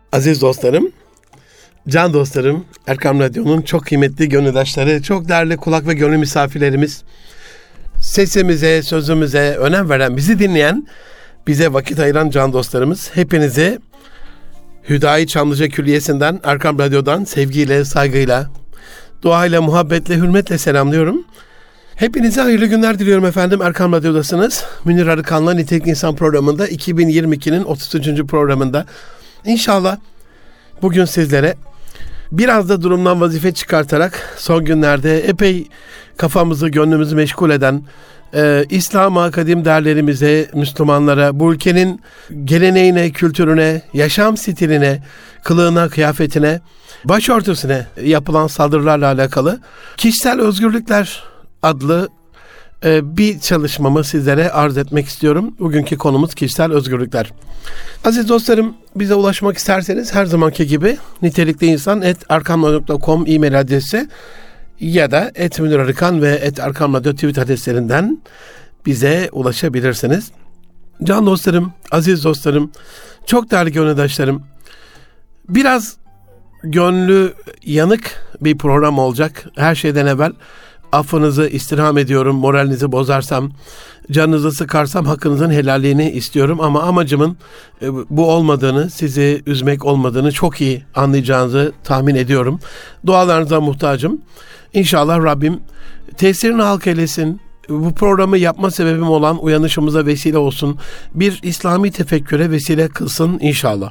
Aziz dostlarım, can dostlarım, Erkam Radyo'nun çok kıymetli gönüldaşları, çok değerli kulak ve gönül misafirlerimiz, sesimize, sözümüze önem veren, bizi dinleyen, bize vakit ayıran can dostlarımız, hepinizi Hüdayi Çamlıca Külliyesi'nden, Erkam Radyo'dan sevgiyle, saygıyla, duayla, muhabbetle, hürmetle selamlıyorum. Hepinize hayırlı günler diliyorum efendim. Erkam Radyo'dasınız. Münir Arıkan'la Nitelikli İnsan programında 2022'nin 33. programında. İnşallah bugün sizlere biraz da durumdan vazife çıkartarak son günlerde epey kafamızı, gönlümüzü meşgul eden İslam'a, kadim değerlerimize, Müslümanlara, bu ülkenin geleneğine, kültürüne, yaşam stiline, kılığına, kıyafetine, başörtüsüne yapılan saldırılarla alakalı Kişisel Özgürlükler adlı bir çalışmamı sizlere arz etmek istiyorum. Bugünkü konumuz kişisel özgürlükler. Aziz dostlarım, bize ulaşmak isterseniz her zamanki gibi nitelikliyinsan@erkamradyo.com e-mail adresi ya da @münirarıkan ve @erkamradyo tweet adreslerinden bize ulaşabilirsiniz. Can dostlarım, aziz dostlarım, çok değerli gönüldaşlarım, biraz gönlü yanık bir program olacak. Her şeyden evvel affınızı istirham ediyorum. Moralinizi bozarsam, canınızı sıkarsam hakkınızın helalliğini istiyorum. Ama amacımın bu olmadığını, sizi üzmek olmadığını çok iyi anlayacağınızı tahmin ediyorum. Dualarınıza muhtacım. İnşallah Rabbim tesirini halk eylesin. Bu programı yapma sebebim olan uyanışımıza vesile olsun. Bir İslami tefekküre vesile kılsın inşallah.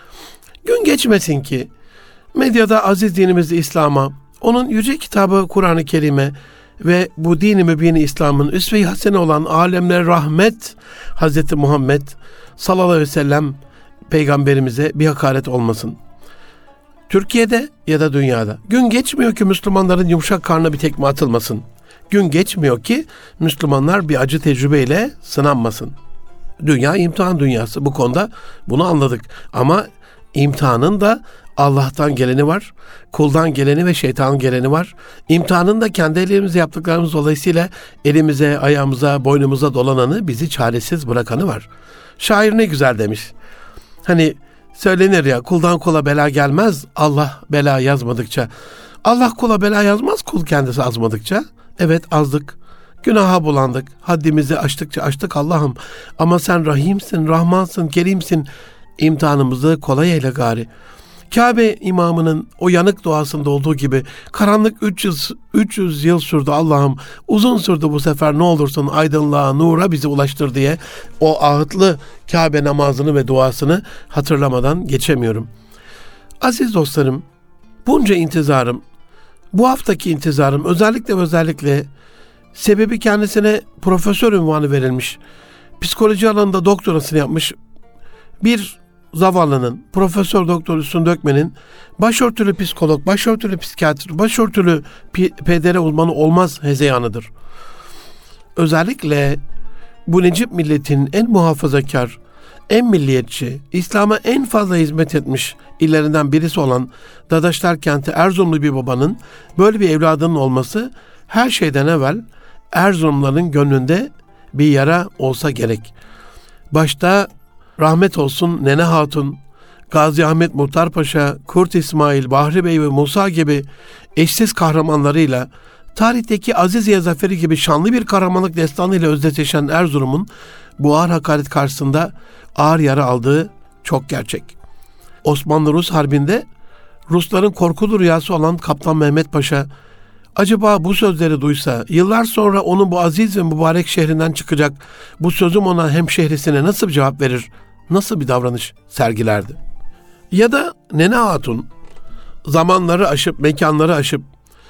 Gün geçmesin ki medyada aziz dinimiz İslam'a, onun yüce kitabı Kur'an-ı Kerim'e ve bu din-i mübin-i İslam'ın üsve-i hasene olan alemlere rahmet Hazreti Muhammed sallallahu aleyhi ve sellem peygamberimize bir hakaret olmasın. Türkiye'de ya da dünyada gün geçmiyor ki Müslümanların yumuşak karnına bir tekme atılmasın. Gün geçmiyor ki Müslümanlar bir acı tecrübeyle sınanmasın. Dünya imtihan dünyası, bu konuda bunu anladık. Ama imtihanın da Allah'tan geleni var, kuldan geleni ve şeytanın geleni var. İmtihanın da kendi elimizle yaptıklarımız dolayısıyla elimize, ayağımıza, boynumuza dolananı, bizi çaresiz bırakanı var. Şair ne güzel demiş. Hani söylenir ya, kuldan kula bela gelmez, Allah bela yazmadıkça. Allah kula bela yazmaz, kul kendisi azmadıkça. Evet, azdık, günaha bulandık, haddimizi aştıkça aştık Allah'ım. Ama sen Rahimsin, Rahmansın, Kerimsin, imtihanımızı kolay eyle gari. Kabe imamının o yanık duasında olduğu gibi karanlık 300 yıl sürdü Allah'ım, uzun sürdü bu sefer, ne olursun aydınlığa, nura bizi ulaştır diye o ahıtlı Kabe namazını ve duasını hatırlamadan geçemiyorum. Aziz dostlarım, bunca intizarım, bu haftaki intizarım özellikle sebebi kendisine profesör unvanı verilmiş, psikoloji alanında doktorasını yapmış bir zavallının, Profesör Doktor Hüsnü Dökmen'in başörtülü psikolog, başörtülü psikiyatr, başörtülü PDR uzmanı olmaz hezeyanıdır. Özellikle bu Necip milletin en muhafazakar, en milliyetçi, İslam'a en fazla hizmet etmiş illerinden birisi olan Dadaşlar kenti Erzurumlu bir babanın böyle bir evladının olması her şeyden evvel Erzurumluların gönlünde bir yara olsa gerek. Başta rahmet olsun Nene Hatun, Gazi Ahmet Muhtar Paşa, Kurt İsmail, Bahri Bey ve Musa gibi eşsiz kahramanlarıyla, tarihteki Aziziye Zaferi gibi şanlı bir kahramanlık destanıyla özdeşleşen Erzurum'un bu ağır hakaret karşısında ağır yara aldığı çok gerçek. Osmanlı-Rus Harbi'nde Rusların korkulu rüyası olan Kaptan Mehmet Paşa, acaba bu sözleri duysa, yıllar sonra onun bu aziz ve mübarek şehrinden çıkacak, bu sözüm ona hemşehrisine nasıl bir cevap verir, nasıl bir davranış sergilerdi? Ya da Nene Hatun, zamanları aşıp, mekanları aşıp,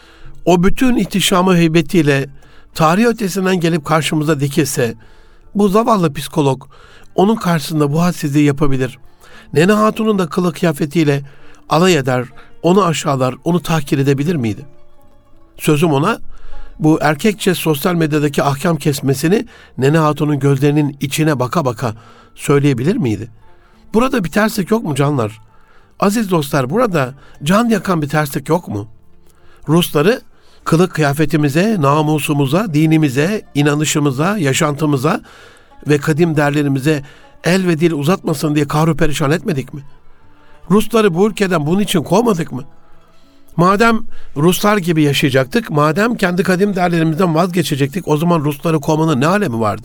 o bütün ihtişamı heybetiyle tarih ötesinden gelip karşımıza dikilse, bu zavallı psikolog onun karşısında bu hadsizliği yapabilir. Nene Hatun'un da kılık kıyafetiyle alay eder, onu aşağılar, onu tahkir edebilir miydi? Sözüm ona, bu erkekçe sosyal medyadaki ahkam kesmesini Nene Hatun'un gözlerinin içine baka baka söyleyebilir miydi? Burada bir terslik yok mu canlar? Aziz dostlar, burada can yakan bir terslik yok mu? Rusları kılık kıyafetimize, namusumuza, dinimize, inanışımıza, yaşantımıza ve kadim değerlerimize el ve dil uzatmasın diye kahru perişan etmedik mi? Rusları bu ülkeden bunun için kovmadık mı? Madem Ruslar gibi yaşayacaktık, madem kendi kadim değerlerimizden vazgeçecektik, o zaman Rusları kovmanın ne alemi vardı?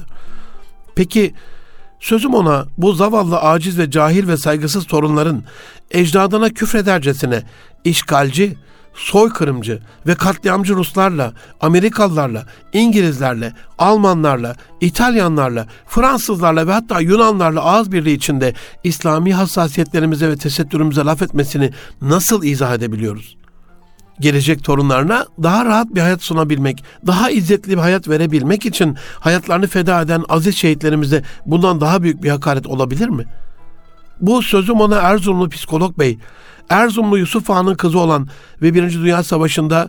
Peki sözüm ona bu zavallı, aciz ve cahil ve saygısız torunların ecdadına küfredercesine işgalci, soykırımcı ve katliamcı Ruslarla, Amerikalılarla, İngilizlerle, Almanlarla, İtalyanlarla, Fransızlarla ve hatta Yunanlarla ağız birliği içinde İslami hassasiyetlerimize ve tesettürümüze laf etmesini nasıl izah edebiliyoruz? Gelecek torunlarına daha rahat bir hayat sunabilmek, daha izzetli bir hayat verebilmek için hayatlarını feda eden aziz şehitlerimize bundan daha büyük bir hakaret olabilir mi? Bu sözüm ona Erzurumlu psikolog bey, Erzurumlu Yusuf Ağa'nın kızı olan ve 1. Dünya Savaşı'nda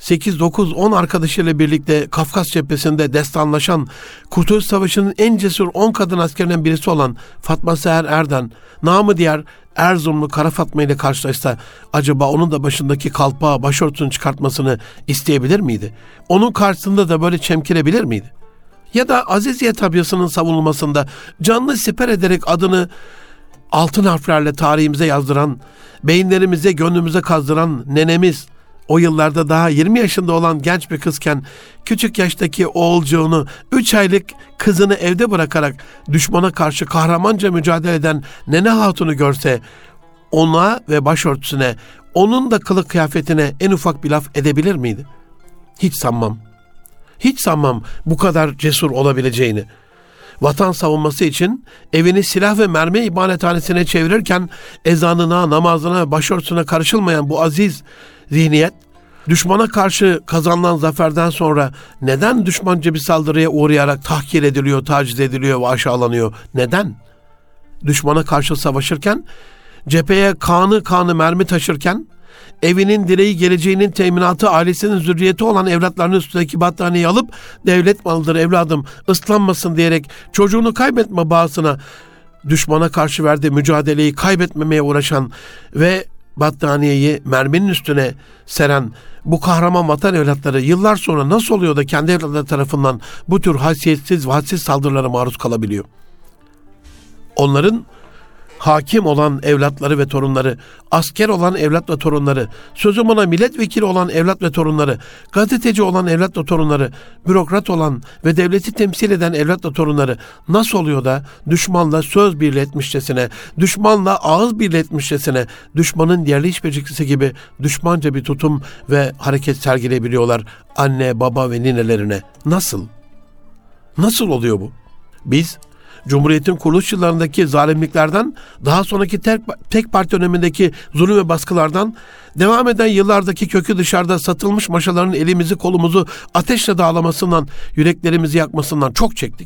8-9-10 arkadaşıyla birlikte Kafkas cephesinde destanlaşan, Kurtuluş Savaşı'nın en cesur 10 kadın askerinden birisi olan Fatma Seher Erden, namı diğer Erzurumlu Kara Fatma ile karşılaşsa acaba onun da başındaki kalpağı, başörtüsünü çıkartmasını isteyebilir miydi? Onun karşısında da böyle çemkirebilir miydi? Ya da Aziziye tabiasının savunulmasında canlı siper ederek adını altın harflerle tarihimize yazdıran, beyinlerimize, gönlümüze kazdıran nenemiz, o yıllarda daha 20 yaşında olan genç bir kızken küçük yaştaki oğulcuğunu, 3 aylık kızını evde bırakarak düşmana karşı kahramanca mücadele eden Nene Hatun'u görse ona ve başörtüsüne, onun da kılık kıyafetine en ufak bir laf edebilir miydi? Hiç sanmam. Hiç sanmam bu kadar cesur olabileceğini. Vatan savunması için evini silah ve mermi ibalethanesine çevirirken ezanına, namazına, başörtüsüne karışılmayan bu aziz zihniyet, düşmana karşı kazanılan zaferden sonra neden düşmanca bir saldırıya uğrayarak tahkir ediliyor, taciz ediliyor ve aşağılanıyor? Neden? Düşmana karşı savaşırken, cepheye kanı mermi taşırken, evinin direği, geleceğinin teminatı, ailesinin zürriyeti olan evlatlarının üstündeki battaniyeyi alıp devlet malıdır evladım ıslanmasın diyerek çocuğunu kaybetme bağısına düşmana karşı verdiği mücadeleyi kaybetmemeye uğraşan ve battaniyeyi merminin üstüne seren bu kahraman vatan evlatları yıllar sonra nasıl oluyor da kendi evlatları tarafından bu tür haysiyetsiz ve hadsiz saldırılara maruz kalabiliyor? Onların hakim olan evlatları ve torunları, asker olan evlat ve torunları, sözüm ona milletvekili olan evlat ve torunları, gazeteci olan evlat ve torunları, bürokrat olan ve devleti temsil eden evlat ve torunları nasıl oluyor da düşmanla söz birliği etmişçesine, düşmanla ağız birliği etmişçesine, düşmanın yerli iş becerisi gibi düşmanca bir tutum ve hareket sergileyebiliyorlar anne, baba ve ninelerine? Nasıl? Nasıl oluyor bu? Biz Cumhuriyet'in kuruluş yıllarındaki zalimliklerden, daha sonraki tek parti dönemindeki zulüm ve baskılardan, devam eden yıllardaki kökü dışarıda satılmış maşaların elimizi kolumuzu ateşle dağlamasından, yüreklerimizi yakmasından çok çektik.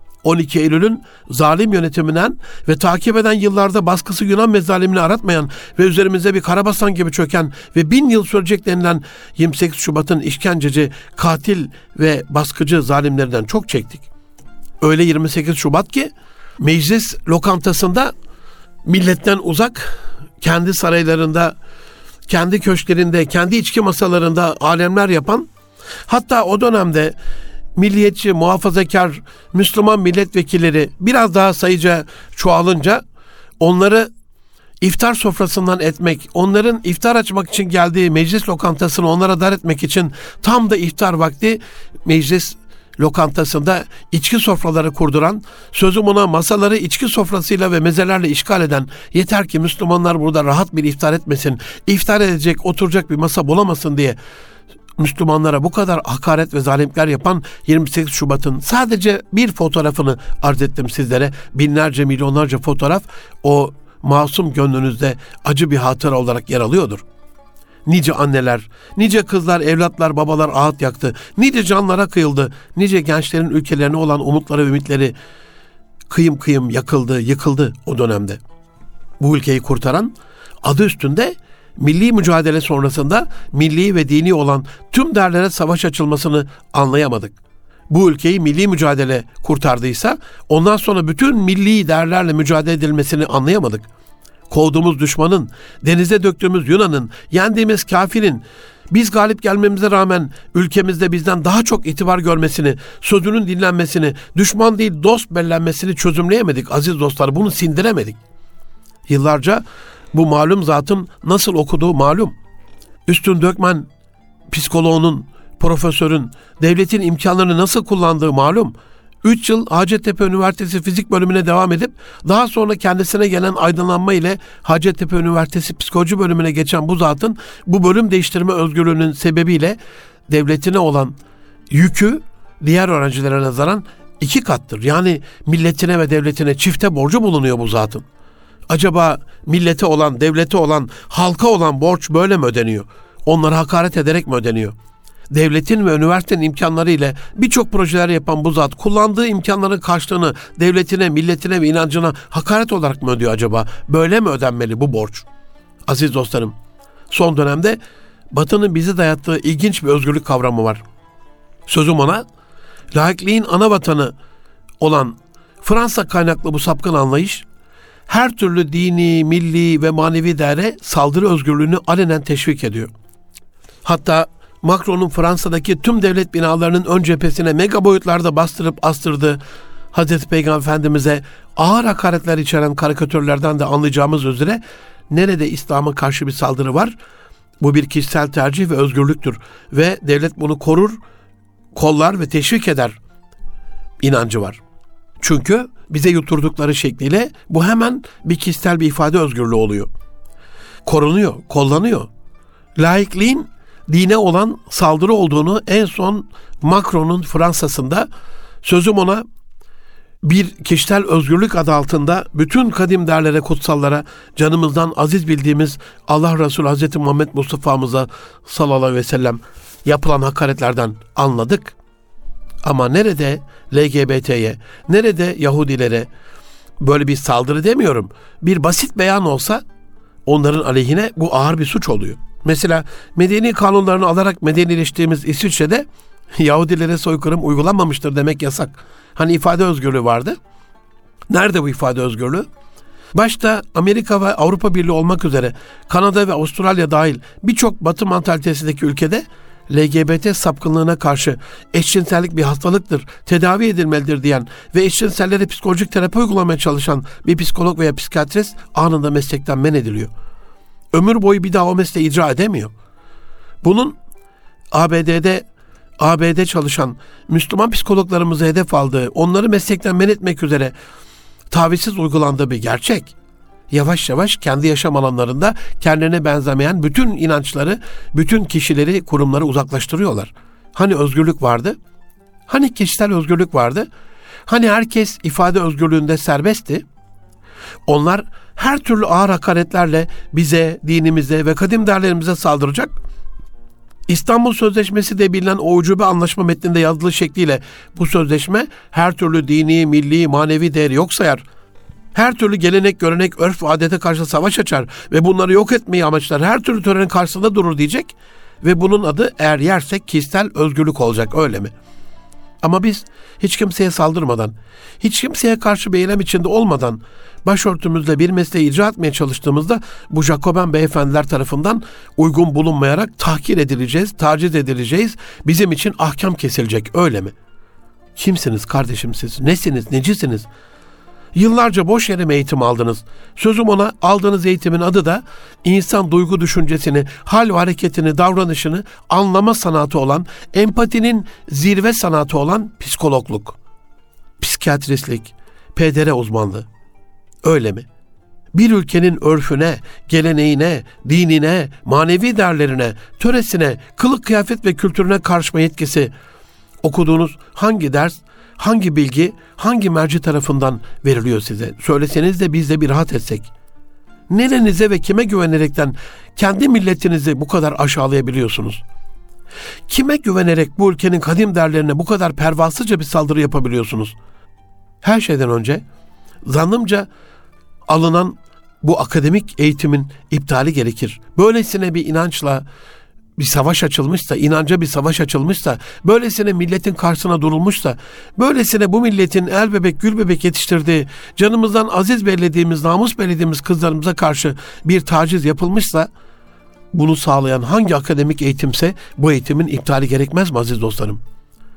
12 Eylül'ün zalim yönetiminden ve takip eden yıllarda baskısı Yunan mezzalimini aratmayan ve üzerimize bir karabasan gibi çöken ve 1000 yıl sürecek denilen 28 Şubat'ın işkenceci, katil ve baskıcı zalimlerinden çok çektik. Öyle 28 Şubat ki meclis lokantasında milletten uzak, kendi saraylarında, kendi köşklerinde, kendi içki masalarında alemler yapan, hatta o dönemde milliyetçi, muhafazakar, Müslüman milletvekilleri biraz daha sayıca çoğalınca onları iftar sofrasından etmek, onların iftar açmak için geldiği meclis lokantasını onlara dar etmek için tam da iftar vakti meclis lokantasında içki sofraları kurduran, sözüm ona masaları içki sofrasıyla ve mezelerle işgal eden, yeter ki Müslümanlar burada rahat bir iftar etmesin, iftar edecek, oturacak bir masa bulamasın diye Müslümanlara bu kadar hakaret ve zalimlikler yapan 28 Şubat'ın sadece bir fotoğrafını arz ettim sizlere. Binlerce, milyonlarca fotoğraf o masum gönlünüzde acı bir hatıra olarak yer alıyordur. Nice anneler, nice kızlar, evlatlar, babalar ağıt yaktı. Nice canlara kıyıldı. Nice gençlerin ülkelerine olan umutları, ümitleri kıyım kıyım yakıldı, yıkıldı o dönemde. Bu ülkeyi kurtaran, adı üstünde milli mücadele sonrasında milli ve dini olan tüm değerlere savaş açılmasını anlayamadık. Bu ülkeyi milli mücadele kurtardıysa ondan sonra bütün milli değerlerle mücadele edilmesini anlayamadık. Kovduğumuz düşmanın, denize döktüğümüz Yunan'ın, yendiğimiz kafirin, biz galip gelmemize rağmen ülkemizde bizden daha çok itibar görmesini, sözünün dinlenmesini, düşman değil dost bellenmesini çözümleyemedik aziz dostlar. Bunu sindiremedik. Yıllarca Bu malum zatın nasıl okuduğu malum. Üstün Dökmen psikoloğunun, profesörün, devletin imkanlarını nasıl kullandığı malum. 3 yıl Hacettepe Üniversitesi Fizik bölümüne devam edip daha sonra kendisine gelen aydınlanma ile Hacettepe Üniversitesi Psikoloji bölümüne geçen bu zatın bu bölüm değiştirme özgürlüğünün sebebiyle devletine olan yükü diğer öğrencilere nazaran 2 kattır. Yani milletine ve devletine çifte borcu bulunuyor bu zatın. Acaba millete olan, devlete olan, halka olan borç böyle mi ödeniyor? Onlara hakaret ederek mi ödeniyor? Devletin ve üniversitenin imkanları ile birçok projeler yapan bu zat kullandığı imkanların karşılığını devletine, milletine ve inancına hakaret olarak mı ödüyor acaba? Böyle mi ödenmeli bu borç? Aziz dostlarım, son dönemde Batı'nın bize dayattığı ilginç bir özgürlük kavramı var. Sözüm ona, laikliğin ana vatanı olan Fransa kaynaklı bu sapkın anlayış, her türlü dini, milli ve manevi değere saldırı özgürlüğünü alenen teşvik ediyor. Hatta Macron'un Fransa'daki tüm devlet binalarının ön cephesine mega boyutlarda bastırıp astırdığı Hazreti Peygamber Efendimiz'e ağır hakaretler içeren karikatürlerden de anlayacağımız üzere nerede İslam'a karşı bir saldırı var? Bu bir kişisel tercih ve özgürlüktür ve devlet bunu korur, kollar ve teşvik eder inancı var. Çünkü bize yuturdukları şekliyle bu hemen bir kişisel bir ifade özgürlüğü oluyor. Korunuyor, kollanıyor. Laikliğin dine olan saldırı olduğunu en son Macron'un Fransa'sında, sözüm ona, bir kişisel özgürlük adı altında bütün kadim değerlere, kutsallara, canımızdan aziz bildiğimiz Allah Resulü Hazreti Muhammed Mustafa'mıza sallallahu aleyhi ve sellem yapılan hakaretlerden anladık. Ama nerede LGBT'ye, nerede Yahudilere böyle bir saldırı demiyorum. Bir basit beyan olsa onların aleyhine bu ağır bir suç oluyor. Mesela medeni kanunlarını alarak medenileştiğimiz İsviçre'de Yahudilere soykırım uygulanmamıştır demek yasak. Hani ifade özgürlüğü vardı. Nerede bu ifade özgürlüğü? Başta Amerika ve Avrupa Birliği olmak üzere Kanada ve Avustralya dahil birçok Batı mantalitesindeki ülkede LGBT sapkınlığına karşı eşcinsellik bir hastalıktır, tedavi edilmelidir diyen ve eşcinsellere psikolojik terapi uygulamaya çalışan bir psikolog veya psikiyatrist anında meslekten men ediliyor. Ömür boyu bir daha o mesleği icra edemiyor. Bunun ABD'de çalışan Müslüman psikologlarımızı hedef aldığı, onları meslekten men etmek üzere tavizsiz uygulandığı bir gerçek. Yavaş yavaş kendi yaşam alanlarında kendilerine benzemeyen bütün inançları, bütün kişileri, kurumları uzaklaştırıyorlar. Hani özgürlük vardı? Hani kişisel özgürlük vardı? Hani herkes ifade özgürlüğünde serbestti? Onlar her türlü ağır hakaretlerle bize, dinimize ve kadim değerlerimize saldıracak. İstanbul Sözleşmesi de bilinen o ucube anlaşma metninde yazılı şekliyle bu sözleşme her türlü dini, milli, manevi değeri yok sayar. Her türlü gelenek, görenek, örf ve adete karşı savaş açar ve bunları yok etmeyi amaçlar. Her türlü törenin karşısında durur diyecek ve bunun adı eğer yersek kişisel özgürlük olacak, öyle mi? Ama biz hiç kimseye saldırmadan, hiç kimseye karşı bir eylem içinde olmadan başörtümüzle bir mesleği icra etmeye çalıştığımızda bu Jacoben beyefendiler tarafından uygun bulunmayarak tahkir edileceğiz, taciz edileceğiz, bizim için ahkam kesilecek, öyle mi? Kimsiniz kardeşim siz? Nesiniz, necisiniz? Yıllarca boş yere mi eğitim aldınız? Sözüm ona, aldığınız eğitimin adı da insan duygu düşüncesini, hal ve hareketini, davranışını anlama sanatı olan, empatinin zirve sanatı olan psikologluk, psikiyatristlik, PDR uzmanlığı. Öyle mi? Bir ülkenin örfüne, geleneğine, dinine, manevi değerlerine, töresine, kılık kıyafet ve kültürüne karışma yetkisi okuduğunuz hangi ders, hangi bilgi, hangi merci tarafından veriliyor size? Söyleseniz de biz de bir rahat etsek. Nerenize ve kime güvenerekten kendi milletinizi bu kadar aşağılayabiliyorsunuz? Kime güvenerek bu ülkenin kadim değerlerine bu kadar pervasızca bir saldırı yapabiliyorsunuz? Her şeyden önce zannımca alınan bu akademik eğitimin iptali gerekir. Böylesine bir inançla bir savaş açılmışsa, inanca bir savaş açılmışsa, böylesine milletin karşısına durulmuşsa, böylesine bu milletin el bebek gül bebek yetiştirdiği, canımızdan aziz bellediğimiz, namus bellediğimiz kızlarımıza karşı bir taciz yapılmışsa, bunu sağlayan hangi akademik eğitimse bu eğitimin iptali gerekmez mi aziz dostlarım?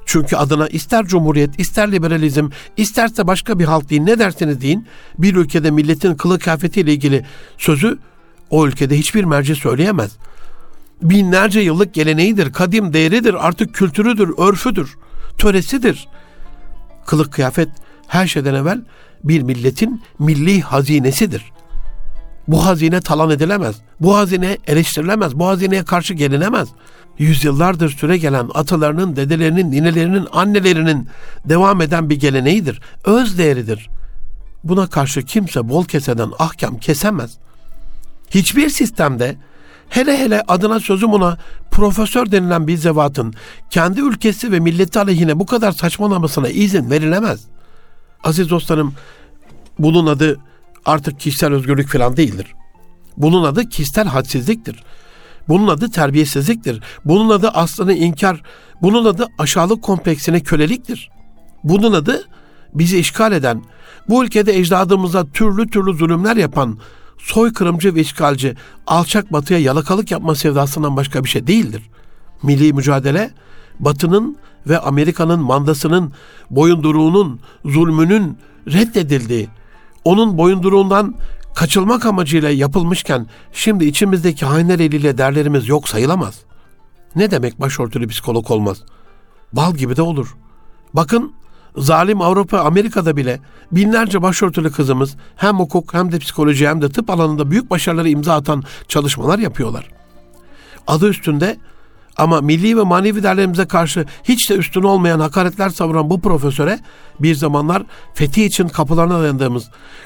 Çünkü adına ister cumhuriyet, ister liberalizm, isterse başka bir halk deyin, ne derseniz deyin, bir ülkede milletin kılık kıyafetiyle ilgili sözü o ülkede hiçbir merci söyleyemez. Binlerce yıllık geleneğidir, kadim değeridir, artık kültürüdür, örfüdür, töresidir. Kılık kıyafet her şeyden evvel bir milletin milli hazinesidir. Bu hazine talan edilemez, bu hazine eleştirilemez, bu hazineye karşı gelinemez. Yüzyıllardır süre gelen atalarının, dedelerinin, ninelerinin, annelerinin devam eden bir geleneğidir. Öz değeridir. Buna karşı kimse bol keseden ahkam kesemez. Hiçbir sistemde, hele hele adına sözüm ona profesör denilen bir zevatın kendi ülkesi ve milleti aleyhine bu kadar saçmalamasına izin verilemez. Aziz dostlarım, bunun adı artık kişisel özgürlük falan değildir. Bunun adı kişisel hadsizliktir. Bunun adı terbiyesizliktir. Bunun adı aslını inkar. Bunun adı aşağılık kompleksine köleliktir. Bunun adı bizi işgal eden, bu ülkede ecdadımıza türlü türlü zulümler yapan, soykırımcı ve işgalci, alçak batıya yalakalık yapma sevdasından başka bir şey değildir. Milli mücadele, Batı'nın ve Amerika'nın mandasının, boyunduruğunun, zulmünün reddedildiği, onun boyunduruğundan kaçılmak amacıyla yapılmışken şimdi içimizdeki hainler eliyle derlerimiz yok sayılamaz. Ne demek başörtülü psikolog olmaz? Bal gibi de olur. Bakın, zalim Avrupa, Amerika'da bile binlerce başörtülü kızımız hem hukuk hem de psikoloji hem de tıp alanında büyük başarıları imza atan çalışmalar yapıyorlar. Adı üstünde ama milli ve manevi değerlerimize karşı hiç de üstün olmayan hakaretler savuran bu profesöre bir zamanlar fethi için kapılarına dayandığımız,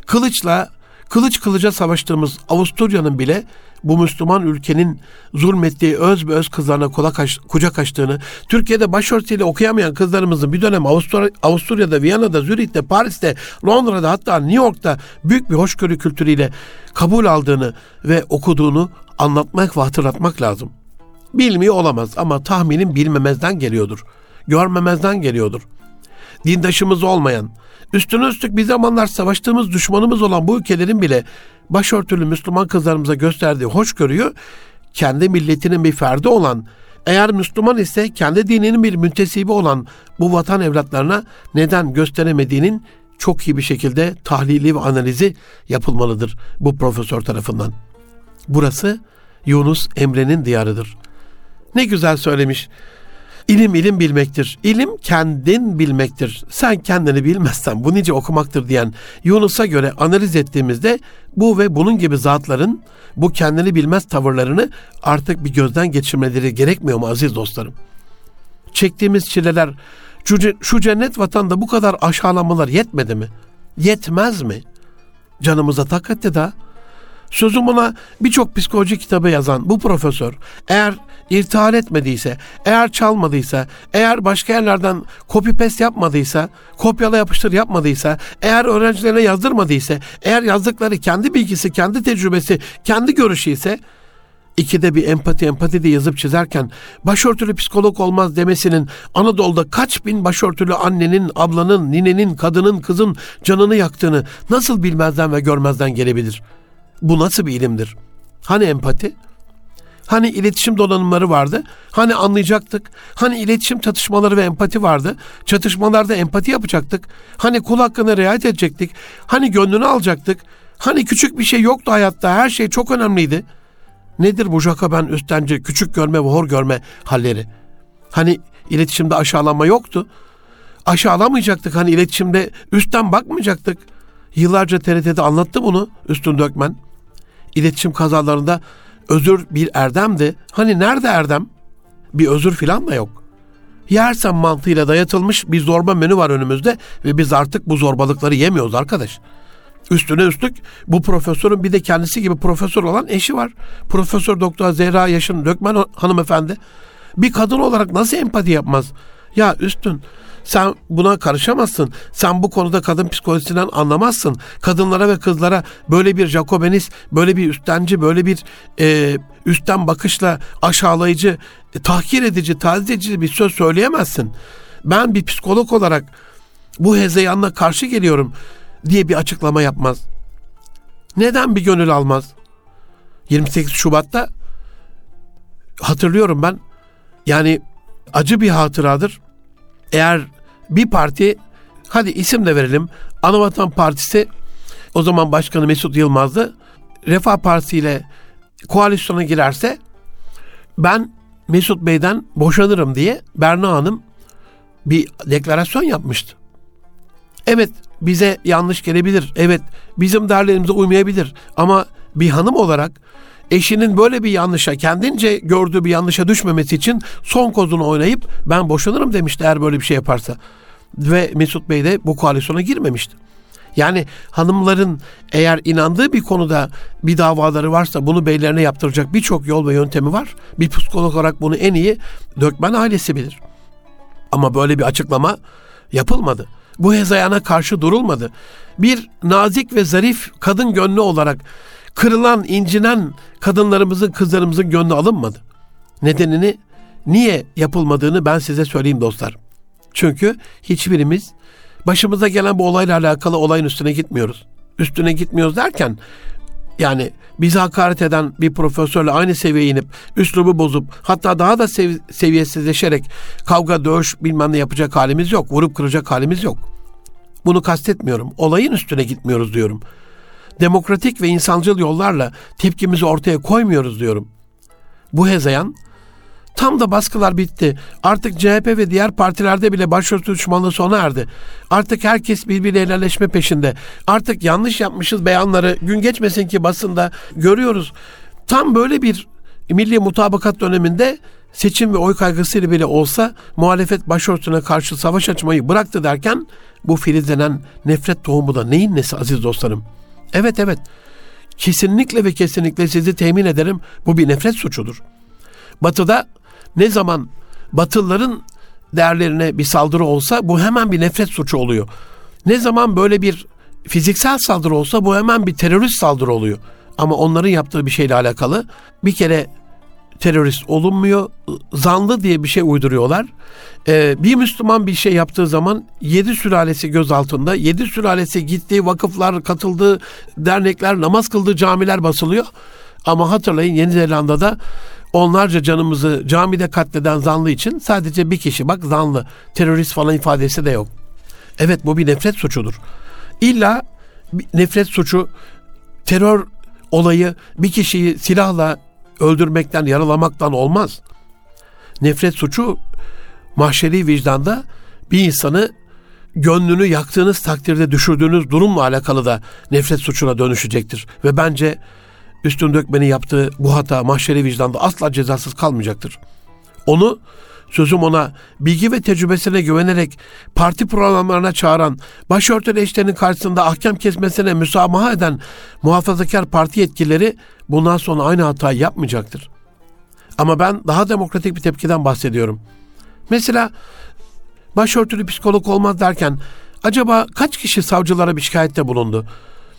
kılıç kılıca savaştığımız Avusturya'nın bile bu Müslüman ülkenin zulmettiği öz be öz kızlarına kucak açtığını, Türkiye'de başörtüyle okuyamayan kızlarımızın bir dönem Avusturya'da, Viyana'da, Zürih'te, Paris'te, Londra'da, hatta New York'ta büyük bir hoşgörü kültürüyle kabul aldığını ve okuduğunu anlatmak ve hatırlatmak lazım. Bilmiyor olamaz ama tahminim bilmemezden geliyordur. Görmemezden geliyordur. Dindaşımız olmayan, üstüne üstlük bir zamanlar savaştığımız düşmanımız olan bu ülkelerin bile başörtülü Müslüman kızlarımıza gösterdiği hoşgörüyü kendi milletinin bir ferdi olan, eğer Müslüman ise kendi dininin bir müntesibi olan bu vatan evlatlarına neden gösteremediğinin çok iyi bir şekilde tahlili ve analizi yapılmalıdır bu profesör tarafından. Burası Yunus Emre'nin diyarıdır. Ne güzel söylemiş. İlim ilim bilmektir. İlim kendin bilmektir. Sen kendini bilmezsen bu nice okumaktır diyen Yunus'a göre analiz ettiğimizde bu ve bunun gibi zatların bu kendini bilmez tavırlarını artık bir gözden geçirmeleri gerekmiyor mu aziz dostlarım? Çektiğimiz çileler, şu cennet vatanda bu kadar aşağılamalar yetmedi mi? Yetmez mi? Canımıza tak etti daha. Sözüm ona birçok psikoloji kitabı yazan bu profesör eğer irtihal etmediyse, eğer çalmadıysa, eğer başka yerlerden copy paste yapmadıysa, kopyala yapıştır yapmadıysa, eğer öğrencilerine yazdırmadıysa, eğer yazdıkları kendi bilgisi, kendi tecrübesi, kendi görüşü ise, ikide bir empati diye yazıp çizerken başörtülü psikolog olmaz demesinin Anadolu'da kaç bin başörtülü annenin, ablanın, ninenin, kadının, kızın canını yaktığını nasıl bilmezden ve görmezden gelebilir? Bu nasıl bir ilimdir? Hani empati? Hani iletişim donanımları vardı? Hani anlayacaktık? Hani iletişim çatışmaları ve empati vardı? Çatışmalarda empati yapacaktık? Hani kul hakkına riayet edecektik? Hani gönlünü alacaktık? Hani küçük bir şey yoktu hayatta? Her şey çok önemliydi. Nedir bu Jacoben üstenci, küçük görme ve hor görme halleri? Hani iletişimde aşağılanma yoktu? Aşağılamayacaktık. Hani iletişimde üstten bakmayacaktık. Yıllarca TRT'de anlattı bunu Üstün Dökmen. İletişim kazalarında özür bir erdemdi. Hani nerede erdem? Bir özür filan da yok. Yersen mantığıyla dayatılmış bir zorba menü var önümüzde ve biz artık bu zorbalıkları yemiyoruz arkadaş. Üstüne üstlük bu profesörün bir de kendisi gibi profesör olan eşi var. Profesör Doktor Zehra Yaşın Dökmen hanımefendi. Bir kadın olarak nasıl empati yapmaz? Ya Üstün, sen buna karışamazsın. Sen bu konuda kadın psikolojisinden anlamazsın. Kadınlara ve kızlara böyle bir Jacobenist, böyle bir üstenci, böyle bir üstten bakışla aşağılayıcı, tahkir edici, taciz edici bir söz söyleyemezsin. Ben bir psikolog olarak bu hezeyanla karşı geliyorum diye bir açıklama yapmaz. Neden bir gönül almaz? 28 Şubat'ta hatırlıyorum ben. Yani acı bir hatıradır. Eğer bir parti, hadi isim de verelim, Anavatan Partisi, o zaman Başkanı Mesut Yılmaz'dı, Refah Partisi ile koalisyona girerse ben Mesut Bey'den boşanırım diye Berna Hanım bir deklarasyon yapmıştı. Evet, bize yanlış gelebilir. Evet, bizim değerlerimize uymayabilir. Ama bir hanım olarak eşinin böyle bir yanlışa, kendince gördüğü bir yanlışa düşmemesi için son kozunu oynayıp ben boşanırım demişti eğer böyle bir şey yaparsa. Ve Mesut Bey de bu koalisyona girmemişti. Yani hanımların eğer inandığı bir konuda bir davaları varsa bunu beylerine yaptıracak birçok yol ve yöntemi var. Bir psikolog olarak bunu en iyi Dökmen ailesi bilir. Ama böyle bir açıklama yapılmadı. Bu hezayana karşı durulmadı. Bir nazik ve zarif kadın gönlü olarak kırılan, incinen kadınlarımızın, kızlarımızın gönlü alınmadı. Nedenini, niye yapılmadığını ben size söyleyeyim dostlar. Çünkü hiçbirimiz başımıza gelen bu olayla alakalı olayın üstüne gitmiyoruz. Üstüne gitmiyoruz derken, yani bizi hakaret eden bir profesörle aynı seviyeye inip, üslubu bozup, hatta daha da seviyesizleşerek kavga, dövüş bilmem ne yapacak halimiz yok. Vurup kıracak halimiz yok. Bunu kastetmiyorum. Olayın üstüne gitmiyoruz diyorum. Demokratik ve insancıl yollarla tepkimizi ortaya koymuyoruz diyorum. Bu hezeyan, tam da baskılar bitti. Artık CHP ve diğer partilerde bile başörtü düşmanlığı sona erdi. Artık herkes birbiriyle helalleşme peşinde. Artık yanlış yapmışız beyanları gün geçmesin ki basında görüyoruz. Tam böyle bir milli mutabakat döneminde seçim ve oy kaygısıyla bile olsa muhalefet başörtüsüne karşı savaş açmayı bıraktı derken bu filizlenen nefret tohumu da neyin nesi aziz dostlarım? Evet. Kesinlikle ve kesinlikle sizi temin ederim, bu bir nefret suçudur. Batı'da ne zaman Batılıların değerlerine bir saldırı olsa bu hemen bir nefret suçu oluyor. Ne zaman böyle bir fiziksel saldırı olsa bu hemen bir terörist saldırı oluyor. Ama onların yaptığı bir şeyle alakalı bir kere terörist olunmuyor. Zanlı diye bir şey uyduruyorlar. Bir Müslüman bir şey yaptığı zaman 7 sülalesi gözaltında, 7 sülalesi gittiği vakıflar, katıldığı dernekler, namaz kıldığı camiler basılıyor. Ama hatırlayın, Yeni Zelanda'da onlarca canımızı camide katleden zanlı için sadece bir kişi, bak zanlı, terörist falan ifadesi de yok. Evet, bu bir nefret suçudur. İlla nefret suçu, terör olayı bir kişiyi silahla öldürmekten, yaralamaktan olmaz. Nefret suçu mahşeri vicdanda bir insanı gönlünü yaktığınız takdirde düşürdüğünüz durumla alakalı da nefret suçuna dönüşecektir. Ve bence Üstün Dökmen'in yaptığı bu hata mahşeri vicdanda asla cezasız kalmayacaktır. Onu, sözüm ona, bilgi ve tecrübesine güvenerek parti programlarına çağıran, başörtülü eşlerinin karşısında ahkam kesmesine müsamaha eden muhafazakar parti yetkilileri bundan sonra aynı hatayı yapmayacaktır. Ama ben daha demokratik bir tepkiden bahsediyorum. Mesela başörtülü psikolog olmaz derken acaba kaç kişi savcılara bir şikayette bulundu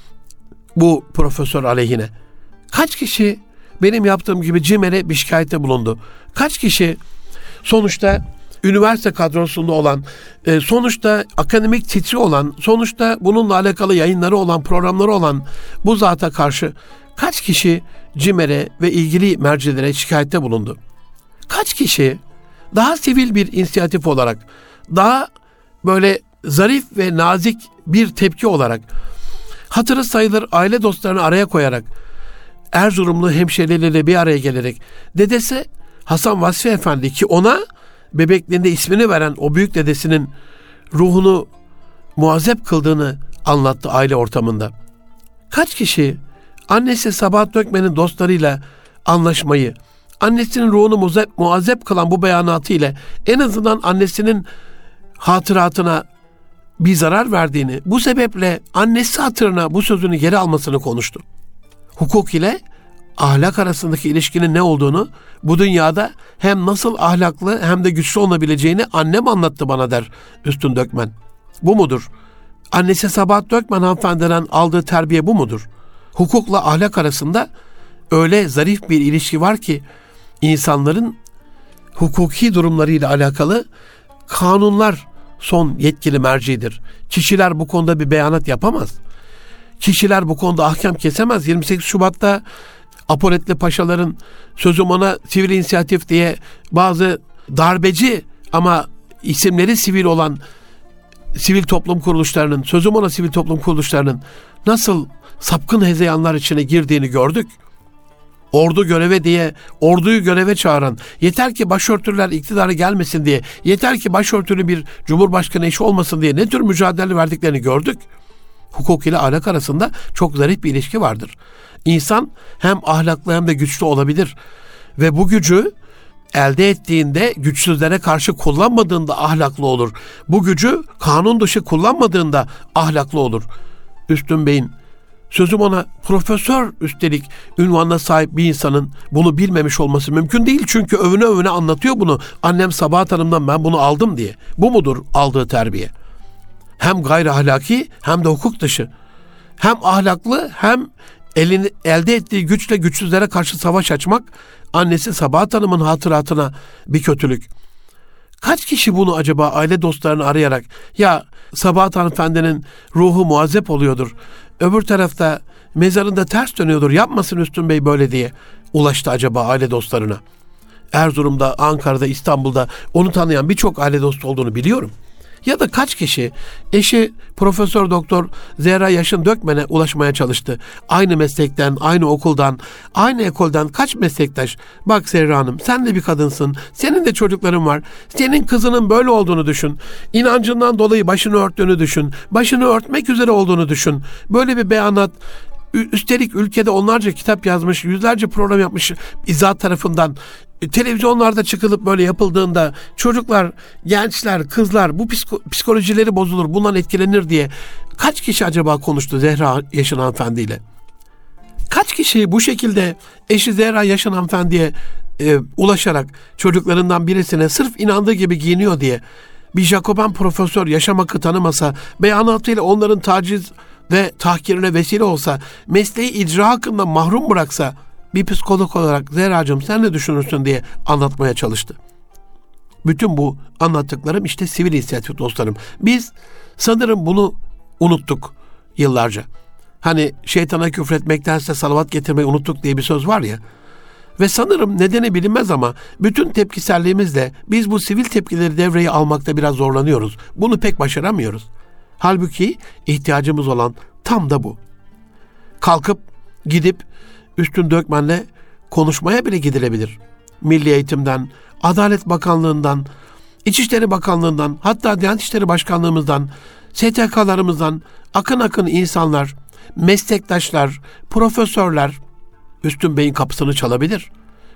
bu profesör aleyhine? Kaç kişi benim yaptığım gibi CİMER'e bir şikayette bulundu? Kaç kişi sonuçta üniversite kadrosunda olan, sonuçta akademik titri olan, sonuçta bununla alakalı yayınları olan, programları olan bu zata karşı kaç kişi CİMER'e ve ilgili mercilere şikayette bulundu? Kaç kişi daha sivil bir inisiyatif olarak, daha böyle zarif ve nazik bir tepki olarak, hatırı sayılır aile dostlarını araya koyarak, Erzurumlu hemşerileriyle bir araya gelerek, dedesi Hasan Vasfi Efendi, ki ona bebekliğinde ismini veren o büyük dedesinin ruhunu muazzep kıldığını anlattı aile ortamında. Kaç kişi annesi Sabahat Dökmen'in dostlarıyla anlaşmayı, annesinin ruhunu muazzep kılan bu beyanatı ile en azından annesinin hatıratına bir zarar verdiğini, bu sebeple annesi hatırına bu sözünü geri almasını konuştu. Hukuk ile ahlak arasındaki ilişkinin ne olduğunu, bu dünyada hem nasıl ahlaklı hem de güçlü olabileceğini annem anlattı bana der Üstün Dökmen. Bu mudur? Annesi Sabahat Dökmen hanımefendiden aldığı terbiye bu mudur? Hukukla ahlak arasında öyle zarif bir ilişki var ki insanların hukuki durumlarıyla alakalı kanunlar son yetkili mercidir. Kişiler bu konuda bir beyanat yapamaz. Kişiler bu konuda ahkam kesemez. 28 Şubat'ta Apoletli Paşaların, sözüm ona sivil inisiyatif diye bazı darbeci ama isimleri sivil olan sivil toplum kuruluşlarının, sözüm ona sivil toplum kuruluşlarının nasıl sapkın hezeyanlar içine girdiğini gördük. Ordu göreve diye, orduyu göreve çağıran, yeter ki başörtüler iktidara gelmesin diye, yeter ki başörtülü bir cumhurbaşkanı eşi olmasın diye ne tür mücadele verdiklerini gördük. Hukuk ile ahlak arasında çok zarif bir ilişki vardır. İnsan hem ahlaklı hem de güçlü olabilir. Ve bu gücü elde ettiğinde güçsüzlere karşı kullanmadığında ahlaklı olur. Bu gücü kanun dışı kullanmadığında ahlaklı olur. Üstün Bey'in, sözüm ona profesör üstelik ünvanına sahip bir insanın bunu bilmemiş olması mümkün değil. Çünkü övüne övüne anlatıyor bunu. Annem Sabahat Hanım'dan ben bunu aldım diye. Bu mudur aldığı terbiye? Hem gayri ahlaki hem de hukuk dışı. Hem ahlaklı hem elde ettiği güçle güçsüzlere karşı savaş açmak, annesi Sabahat Hanım'ın hatıratına bir kötülük. Kaç kişi bunu acaba aile dostlarını arayarak, ya Sabahat Hanımefendinin ruhu muazzep oluyordur, öbür tarafta mezarında ters dönüyordur, yapmasın Üstün Bey böyle diye ulaştı acaba aile dostlarına? Erzurum'da, Ankara'da, İstanbul'da onu tanıyan birçok aile dostu olduğunu biliyorum. Ya da kaç kişi eşi Profesör Doktor Zehra Yaşın Dökmen'e ulaşmaya çalıştı. Aynı meslekten, aynı okuldan, aynı ekolden kaç meslektaş? Bak Zehra Hanım, sen de bir kadınsın. Senin de çocukların var. Senin kızının böyle olduğunu düşün. İnancından dolayı başını örttüğünü düşün. Başını örtmek üzere olduğunu düşün. Böyle bir beyanat. Üstelik ülkede onlarca kitap yazmış, yüzlerce program yapmış izahat tarafından. Televizyonlarda çıkılıp böyle yapıldığında çocuklar, gençler, kızlar bu psikolojileri bozulur, bundan etkilenir diye kaç kişi acaba konuştu Zehra Yaşın hanımefendiyle? Kaç kişi bu şekilde eşi Zehra Yaşın hanımefendiye ulaşarak çocuklarından birisine sırf inandığı gibi giyiniyor diye bir Jacoben profesör yaşam hakkı tanımasa, beyanatıyla onların taciz ve tahkirine vesile olsa, mesleği icra hakkından mahrum bıraksa, bir psikolog olarak Zehra'cığım sen ne düşünürsün diye anlatmaya çalıştı. Bütün bu anlattıklarım işte sivil inisiyatif dostlarım. Biz sanırım bunu unuttuk yıllarca. Hani şeytana küfretmektense salavat getirmeyi unuttuk diye bir söz var ya. Ve sanırım nedeni bilinmez ama bütün tepkiselliğimizle biz bu sivil tepkileri devreye almakta biraz zorlanıyoruz. Bunu pek başaramıyoruz. Halbuki ihtiyacımız olan tam da bu. Kalkıp gidip Üstün Dökmen'le konuşmaya bile gidilebilir. Milli Eğitim'den, Adalet Bakanlığı'ndan, İçişleri Bakanlığı'ndan, hatta Diyanet İşleri Başkanlığımızdan, STK'larımızdan akın akın insanlar, meslektaşlar, profesörler Üstün Bey'in kapısını çalabilir.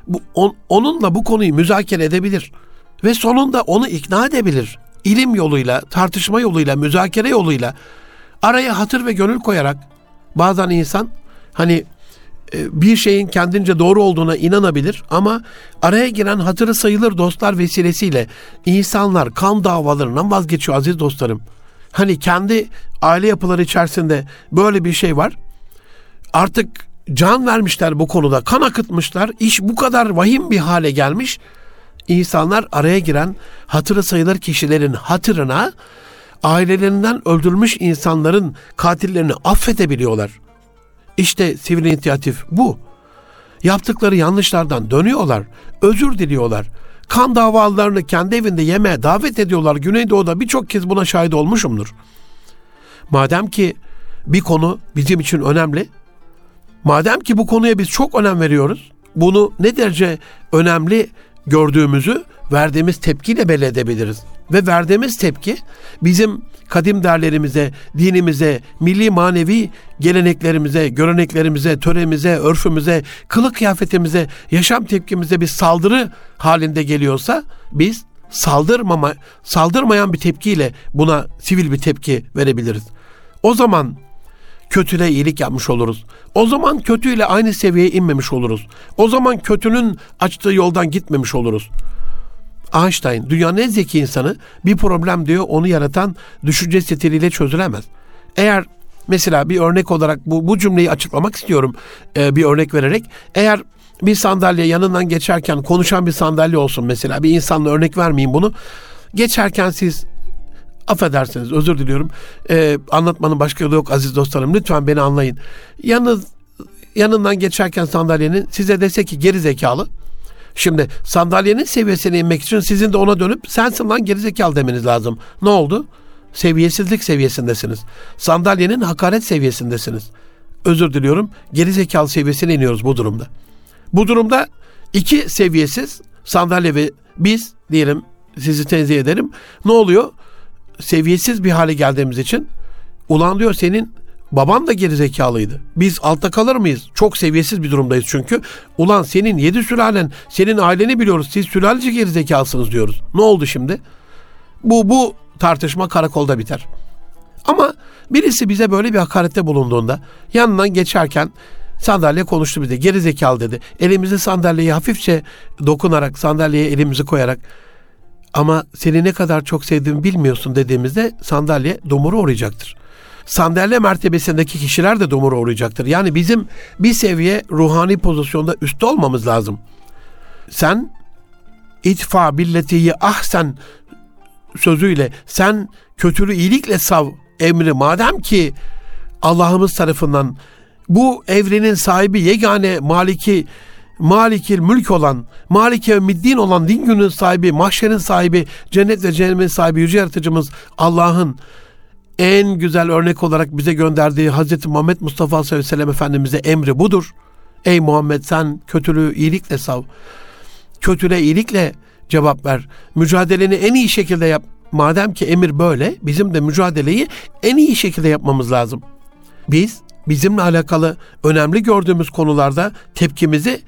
Onunla bu konuyu müzakere edebilir. Ve sonunda onu ikna edebilir. İlim yoluyla, tartışma yoluyla, müzakere yoluyla araya hatır ve gönül koyarak bazen insan hani bir şeyin kendince doğru olduğuna inanabilir ama araya giren hatırı sayılır dostlar vesilesiyle insanlar kan davalarından vazgeçiyor aziz dostlarım. Hani kendi aile yapıları içerisinde böyle bir şey var. Artık can vermişler bu konuda, kan akıtmışlar. İş bu kadar vahim bir hale gelmiş. İnsanlar araya giren hatırı sayılır kişilerin hatırına ailelerinden öldürülmüş insanların katillerini affedebiliyorlar. İşte sivil inisiyatif bu. Yaptıkları yanlışlardan dönüyorlar, özür diliyorlar. Kan davalarını kendi evinde yemeğe davet ediyorlar. Güneydoğu'da birçok kez buna şahit olmuşumdur. Madem ki bir konu bizim için önemli, madem ki bu konuya biz çok önem veriyoruz, bunu ne derece önemli gördüğümüzü verdiğimiz tepkiyle belli edebiliriz. Ve verdiğimiz tepki bizim kadim değerlerimize, dinimize, milli manevi geleneklerimize, göreneklerimize, töremize, örfümüze, kılık kıyafetimize, yaşam tepkimize bir saldırı halinde geliyorsa biz saldırmayan bir tepkiyle buna sivil bir tepki verebiliriz. O zaman kötüyle iyilik yapmış oluruz. O zaman kötüyle aynı seviyeye inmemiş oluruz. O zaman kötünün açtığı yoldan gitmemiş oluruz. Einstein, dünyanın en zeki insanı, bir problem diyor, onu yaratan düşünce stiliyle çözülemez. Eğer mesela bir örnek olarak bu cümleyi açıklamak istiyorum bir örnek vererek. Eğer bir sandalye yanından geçerken konuşan bir sandalye olsun mesela, bir insanla örnek vermeyeyim bunu. Geçerken siz, affedersiniz, özür diliyorum, anlatmanın başka yolu yok aziz dostlarım, lütfen beni anlayın. Yanından geçerken sandalyenin size dese ki geri zekalı, Şimdi sandalyenin seviyesine inmek için sizin de ona dönüp sensin lan gerizekalı demeniz lazım. Ne oldu? Seviyesizlik seviyesindesiniz. Sandalyenin hakaret seviyesindesiniz. Özür diliyorum. Gerizekalı seviyesine iniyoruz bu durumda. Bu durumda iki seviyesiz sandalye ve biz diyelim, sizi tenzih ederim. Ne oluyor? Seviyesiz bir hale geldiğimiz için ulan diyor senin baban da gerizekalıydı. Biz altta kalır mıyız? Çok seviyesiz bir durumdayız çünkü. Ulan senin 7 sülalen, senin aileni biliyoruz. Siz sülaleci gerizekalısınız diyoruz. Ne oldu şimdi? Bu tartışma karakolda biter. Ama birisi bize böyle bir hakarette bulunduğunda yanından geçerken sandalye konuştu bize. Gerizekalı dedi. Elimize sandalyeyi hafifçe dokunarak, sandalyeye elimizi koyarak ama seni ne kadar çok sevdiğimi bilmiyorsun dediğimizde sandalye dumura uğrayacaktır. Sandalye mertebesindeki kişiler de dumura uğrayacaktır. Yani bizim bir seviye ruhani pozisyonda üstte olmamız lazım. Sen itfa billetihi ahsen sözüyle, sen kötülüğü iyilikle sav emri, madem ki Allah'ımız tarafından bu evrenin sahibi, yegane malikil mülk olan, malike ümiddin olan, din günün sahibi, mahşerin sahibi, cennet ve cehennemin sahibi yüce yaratıcımız Allah'ın en güzel örnek olarak bize gönderdiği Hazreti Muhammed Mustafa sallallahu aleyhi ve sellem Efendimiz'e emri budur. Ey Muhammed, sen kötülüğü iyilikle sav. Kötülüğe iyilikle cevap ver. Mücadeleni en iyi şekilde yap. Madem ki emir böyle, bizim de mücadeleyi en iyi şekilde yapmamız lazım. Bizimle alakalı önemli gördüğümüz konularda tepkimizi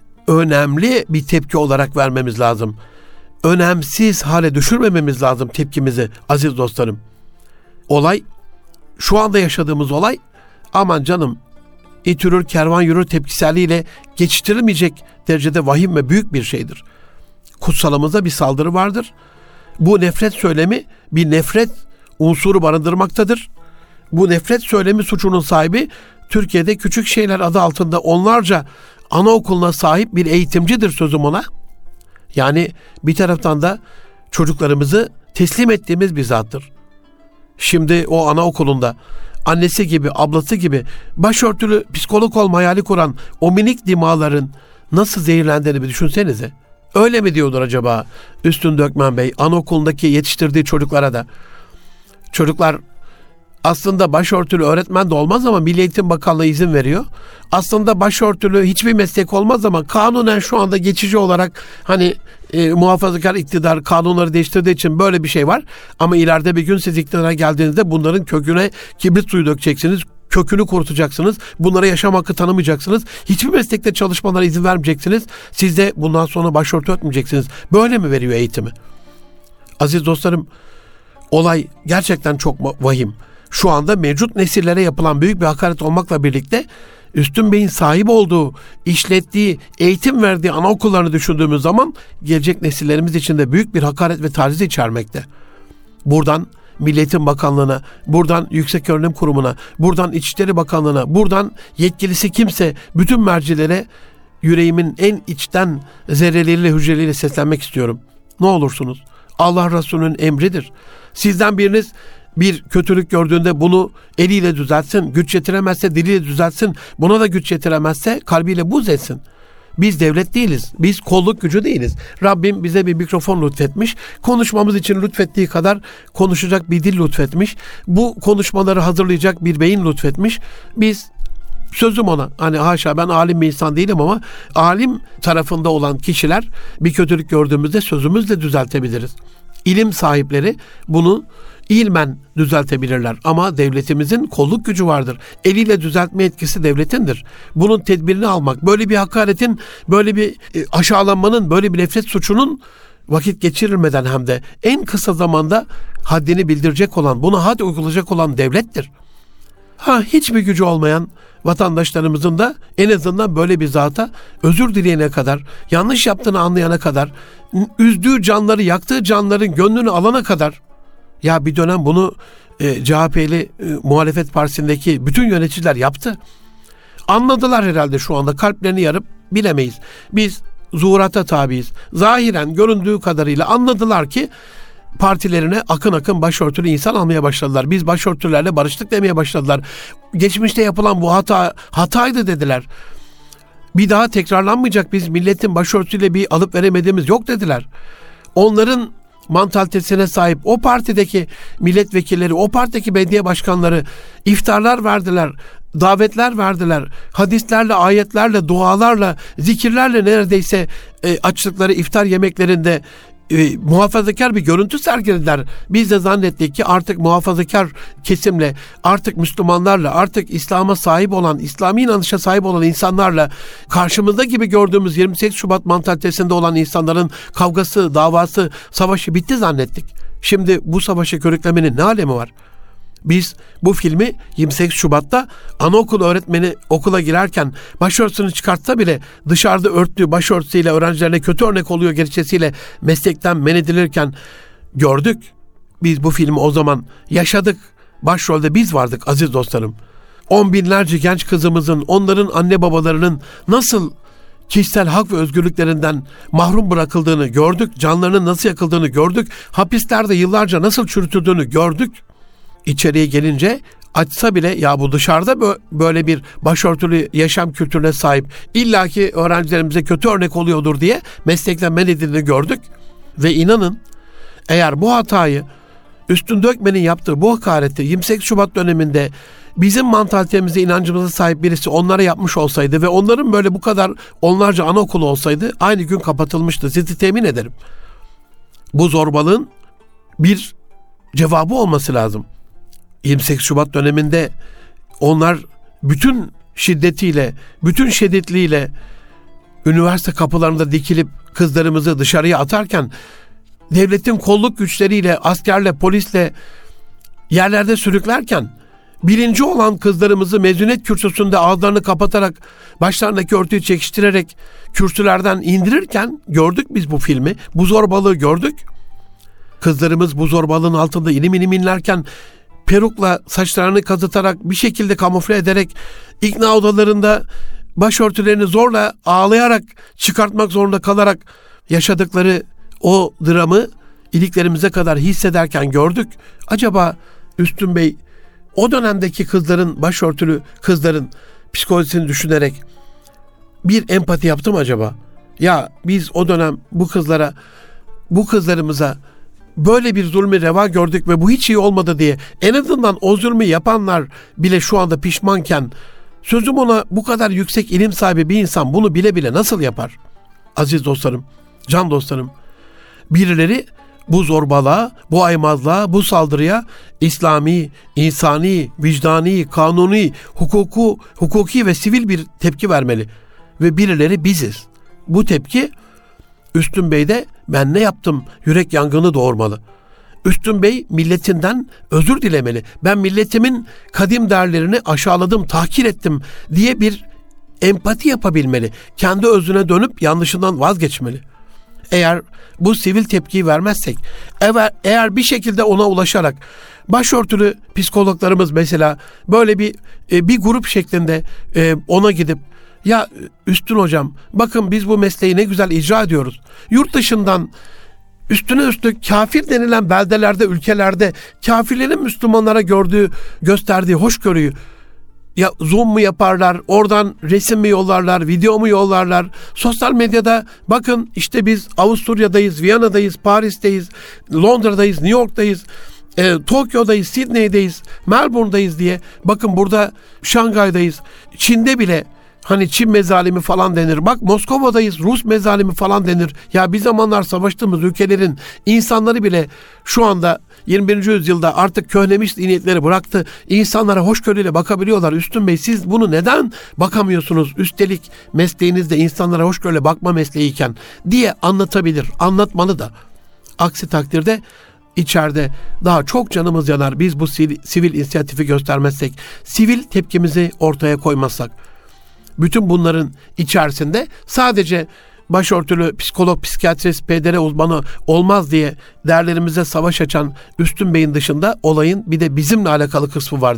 önemli bir tepki olarak vermemiz lazım. Önemsiz hale düşürmememiz lazım tepkimizi aziz dostlarım. Olay, şu anda yaşadığımız olay, aman canım it yürür kervan yürür tepkiselliğiyle geçiştirilmeyecek derecede vahim ve büyük bir şeydir. Kutsalımızda bir saldırı vardır. Bu nefret söylemi bir nefret unsuru barındırmaktadır. Bu nefret söylemi suçunun sahibi Türkiye'de Küçük Şeyler adı altında onlarca anaokuluna sahip bir eğitimcidir sözüm ona. Yani bir taraftan da çocuklarımızı teslim ettiğimiz bir zattır. Şimdi o anaokulunda annesi gibi, ablası gibi başörtülü psikolog olma hayali kuran o minik dimağların nasıl zehirlendiğini bir düşünsenize. Öyle mi diyordur acaba Üstün Dökmen Bey anaokulundaki yetiştirdiği çocuklara da? Çocuklar aslında başörtülü öğretmen de olmaz ama Milli Eğitim Bakanlığı izin veriyor. Aslında başörtülü hiçbir meslek olmaz ama kanunen şu anda geçici olarak muhafazakar iktidar kanunları değiştirdiği için böyle bir şey var. Ama ileride bir gün siz iktidara geldiğinizde bunların köküne kibrit suyu dökeceksiniz. Kökünü kurutacaksınız. Bunlara yaşam hakkı tanımayacaksınız. Hiçbir meslekte çalışmalara izin vermeyeceksiniz. Siz de bundan sonra başörtü örtmeyeceksiniz. Böyle mi veriyor eğitimi? Aziz dostlarım, olay gerçekten çok vahim. Şu anda mevcut nesillere yapılan büyük bir hakaret olmakla birlikte Üstün Bey'in sahip olduğu, işlettiği, eğitim verdiği anaokullarını düşündüğümüz zaman gelecek nesillerimiz için de büyük bir hakaret ve taciz içermekte. Buradan Milli Eğitim Bakanlığı'na, buradan Yükseköğretim Kurumu'na, buradan İçişleri Bakanlığı'na, buradan yetkilisi kimse bütün mercilere yüreğimin en içten zerreleriyle, hücreleriyle seslenmek istiyorum. Ne olursunuz. Allah Resulü'nün emridir. Sizden biriniz bir kötülük gördüğünde bunu eliyle düzeltsin. Güç yetiremezse diliyle düzeltsin. Buna da güç yetiremezse kalbiyle buz etsin. Biz devlet değiliz. Biz kolluk gücü değiliz. Rabbim bize bir mikrofon lütfetmiş. Konuşmamız için lütfettiği kadar konuşacak bir dil lütfetmiş. Bu konuşmaları hazırlayacak bir beyin lütfetmiş. Biz sözüm ona, hani haşa ben alim bir insan değilim ama alim tarafında olan kişiler bir kötülük gördüğümüzde sözümüzle düzeltebiliriz. İlim sahipleri bunu ilmen düzeltebilirler ama devletimizin kolluk gücü vardır. Eliyle düzeltme etkisi devletindir. Bunun tedbirini almak, böyle bir hakaretin, böyle bir aşağılanmanın, böyle bir nefret suçunun vakit geçirilmeden hem de en kısa zamanda haddini bildirecek olan, buna had uygulayacak olan devlettir. Hiçbir gücü olmayan vatandaşlarımızın da en azından böyle bir zata özür dileyene kadar, yanlış yaptığını anlayana kadar, üzdüğü canları, yaktığı canların gönlünü alana kadar, ya bir dönem bunu CHP'li muhalefet partisindeki bütün yöneticiler yaptı. Anladılar herhalde şu anda, kalplerini yarıp bilemeyiz. Biz zuhurata tabiiz. Zahiren göründüğü kadarıyla anladılar ki partilerine akın akın başörtülü insan almaya başladılar. Biz başörtülerle barıştık demeye başladılar. Geçmişte yapılan bu hataydı dediler. Bir daha tekrarlanmayacak, biz milletin başörtüsüyle bir alıp veremediğimiz yok dediler. Onların mantalitesine sahip o partideki milletvekilleri, o partideki belediye başkanları iftarlar verdiler, davetler verdiler. Hadislerle, ayetlerle, dualarla, zikirlerle neredeyse açtıkları iftar yemeklerinde muhafazakar bir görüntü sergilediler. Biz de zannettik ki artık muhafazakar kesimle, artık Müslümanlarla, artık İslam'a sahip olan, İslami inanışa sahip olan insanlarla, karşımızda gibi gördüğümüz 28 Şubat mantalitesinde olan insanların kavgası, davası, savaşı bitti zannettik. Şimdi bu savaşı körüklemenin ne alemi var? Biz bu filmi 28 Şubat'ta anaokulu öğretmeni okula girerken başörtüsünü çıkartsa bile dışarıda örttüğü başörtüsüyle öğrencilerine kötü örnek oluyor gerekçesiyle meslekten men edilirken gördük. Biz bu filmi o zaman yaşadık. Başrolde biz vardık aziz dostlarım. 10 binlerce genç kızımızın, onların anne babalarının nasıl kişisel hak ve özgürlüklerinden mahrum bırakıldığını gördük. Canlarının nasıl yakıldığını gördük. Hapislerde yıllarca nasıl çürütüldüğünü gördük. İçeriye gelince açsa bile ya bu dışarıda böyle bir başörtülü yaşam kültürüne sahip illaki öğrencilerimize kötü örnek oluyordur diye meslekten men edildiğini gördük. Ve inanın eğer bu hatayı Üstün Dökmen'in yaptığı bu hakareti 28 Şubat döneminde bizim mantalitemize, inancımıza sahip birisi onlara yapmış olsaydı ve onların böyle bu kadar onlarca anaokulu olsaydı aynı gün kapatılmıştı. Sizi temin ederim. Bu zorbalığın bir cevabı olması lazım. 28 Şubat döneminde onlar bütün şiddetiyle, bütün şiddetliyle üniversite kapılarında dikilip kızlarımızı dışarıya atarken devletin kolluk güçleriyle, askerle, polisle yerlerde sürüklerken birinci olan kızlarımızı mezuniyet kürsüsünde ağızlarını kapatarak, başlarındaki örtüyü çekiştirerek kürsülerden indirirken gördük biz bu filmi. Bu zorbalığı gördük. Kızlarımız bu zorbalığın altında inim inim inlerken perukla saçlarını kazıtarak bir şekilde kamufle ederek ikna odalarında başörtülerini zorla ağlayarak çıkartmak zorunda kalarak yaşadıkları o dramı iliklerimize kadar hissederken gördük. Acaba Üstün Bey o dönemdeki kızların, başörtülü kızların psikolojisini düşünerek bir empati yaptı mı acaba? Ya biz o dönem bu kızlarımıza böyle bir zulmü reva gördük ve bu hiç iyi olmadı diye en azından o zulmü yapanlar bile şu anda pişmanken sözüm ona bu kadar yüksek ilim sahibi bir insan bunu bile bile nasıl yapar? Aziz dostlarım, can dostlarım, birileri bu zorbalığa, bu aymazlığa, bu saldırıya İslami, insani, vicdani, kanuni, hukuki ve sivil bir tepki vermeli. Ve birileri biziz. Bu tepki Üstün Bey'de ben ne yaptım yürek yangını doğurmalı. Üstün Bey milletinden özür dilemeli. Ben milletimin kadim değerlerini aşağıladım, tahkir ettim diye bir empati yapabilmeli. Kendi özüne dönüp yanlışından vazgeçmeli. Eğer bu sivil tepkiyi vermezsek, eğer bir şekilde ona ulaşarak başörtülü psikologlarımız mesela böyle bir grup şeklinde ona gidip ya Üstün hocam bakın biz bu mesleği ne güzel icra ediyoruz. Yurt dışından üstüne üstlük kafir denilen beldelerde, ülkelerde kafirlerin Müslümanlara gösterdiği hoşgörüyü ya zoom mu yaparlar, oradan resim mi yollarlar, video mu yollarlar, sosyal medyada bakın işte biz Avusturya'dayız, Viyana'dayız, Paris'teyiz, Londra'dayız, New York'tayız, Tokyo'dayız, Sydney'deyiz, Melbourne'dayız diye. Bakın burada Şangay'dayız, Çin'de bile hani Çin mezalimi falan denir. Bak Moskova'dayız, Rus mezalimi falan denir. Ya bir zamanlar savaştığımız ülkelerin insanları bile şu anda 21. yüzyılda artık köhnemiş zihniyetleri bıraktı. İnsanlara hoşgörüyle bakabiliyorlar. Üstün Bey siz bunu neden bakamıyorsunuz? Üstelik mesleğinizde insanlara hoşgörüyle bakma mesleğiyken diye anlatabilir, anlatmalı da. Aksi takdirde içeride daha çok canımız yanar. Biz bu sivil inisiyatifi göstermezsek, sivil tepkimizi ortaya koymazsak. Bütün bunların içerisinde sadece başörtülü psikolog, psikiyatrist, PDR uzmanı olmaz diye değerlerimize savaş açan Üstün Bey'in dışında olayın bir de bizimle alakalı kısmı vardır.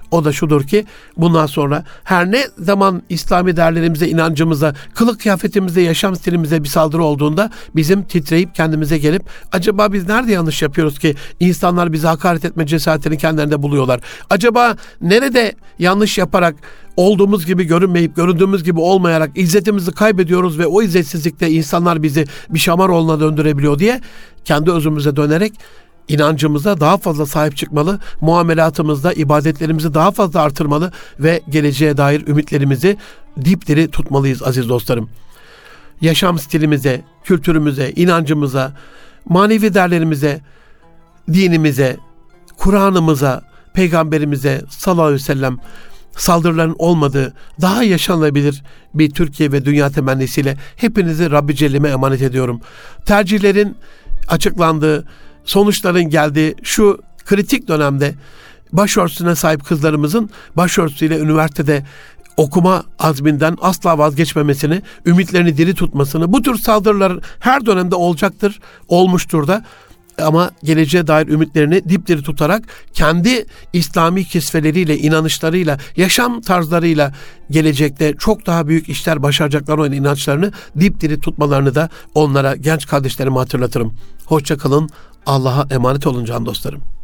O da şudur ki bundan sonra her ne zaman İslami değerlerimize, inancımıza, kılık kıyafetimize, yaşam stilimize bir saldırı olduğunda bizim titreyip kendimize gelip acaba biz nerede yanlış yapıyoruz ki insanlar bizi hakaret etme cesaretini kendilerinde buluyorlar? Acaba nerede yanlış yaparak olduğumuz gibi görünmeyip göründüğümüz gibi olmayarak izzetimizi kaybediyoruz ve o izzetsizlikte insanlar bizi bir şamaroğluna döndürebiliyor diye kendi özümüze dönerek inancımıza daha fazla sahip çıkmalı, muamelatımızda ibadetlerimizi daha fazla artırmalı ve geleceğe dair ümitlerimizi dipdiri tutmalıyız aziz dostlarım. Yaşam stilimize, kültürümüze, inancımıza, manevi değerlerimize, dinimize, Kur'an'ımıza, Peygamberimize sallallahu aleyhi ve sellem saldırıların olmadığı, daha yaşanılabilir bir Türkiye ve dünya temennisiyle hepinizi Rabbi Celle'me emanet ediyorum. Tercihlerin açıklandığı, sonuçların geldiği şu kritik dönemde başörtüsüne sahip kızlarımızın başörtüsüyle üniversitede okuma azminden asla vazgeçmemesini, ümitlerini diri tutmasını, bu tür saldırılar her dönemde olacaktır, olmuştur da. Ama geleceğe dair ümitlerini dipdiri tutarak kendi İslami kisveleriyle, inanışlarıyla, yaşam tarzlarıyla gelecekte çok daha büyük işler başaracaklar olan inançlarını dipdiri tutmalarını da onlara, genç kardeşlerime hatırlatırım. Hoşça kalın, Allah'a emanet olun can dostlarım.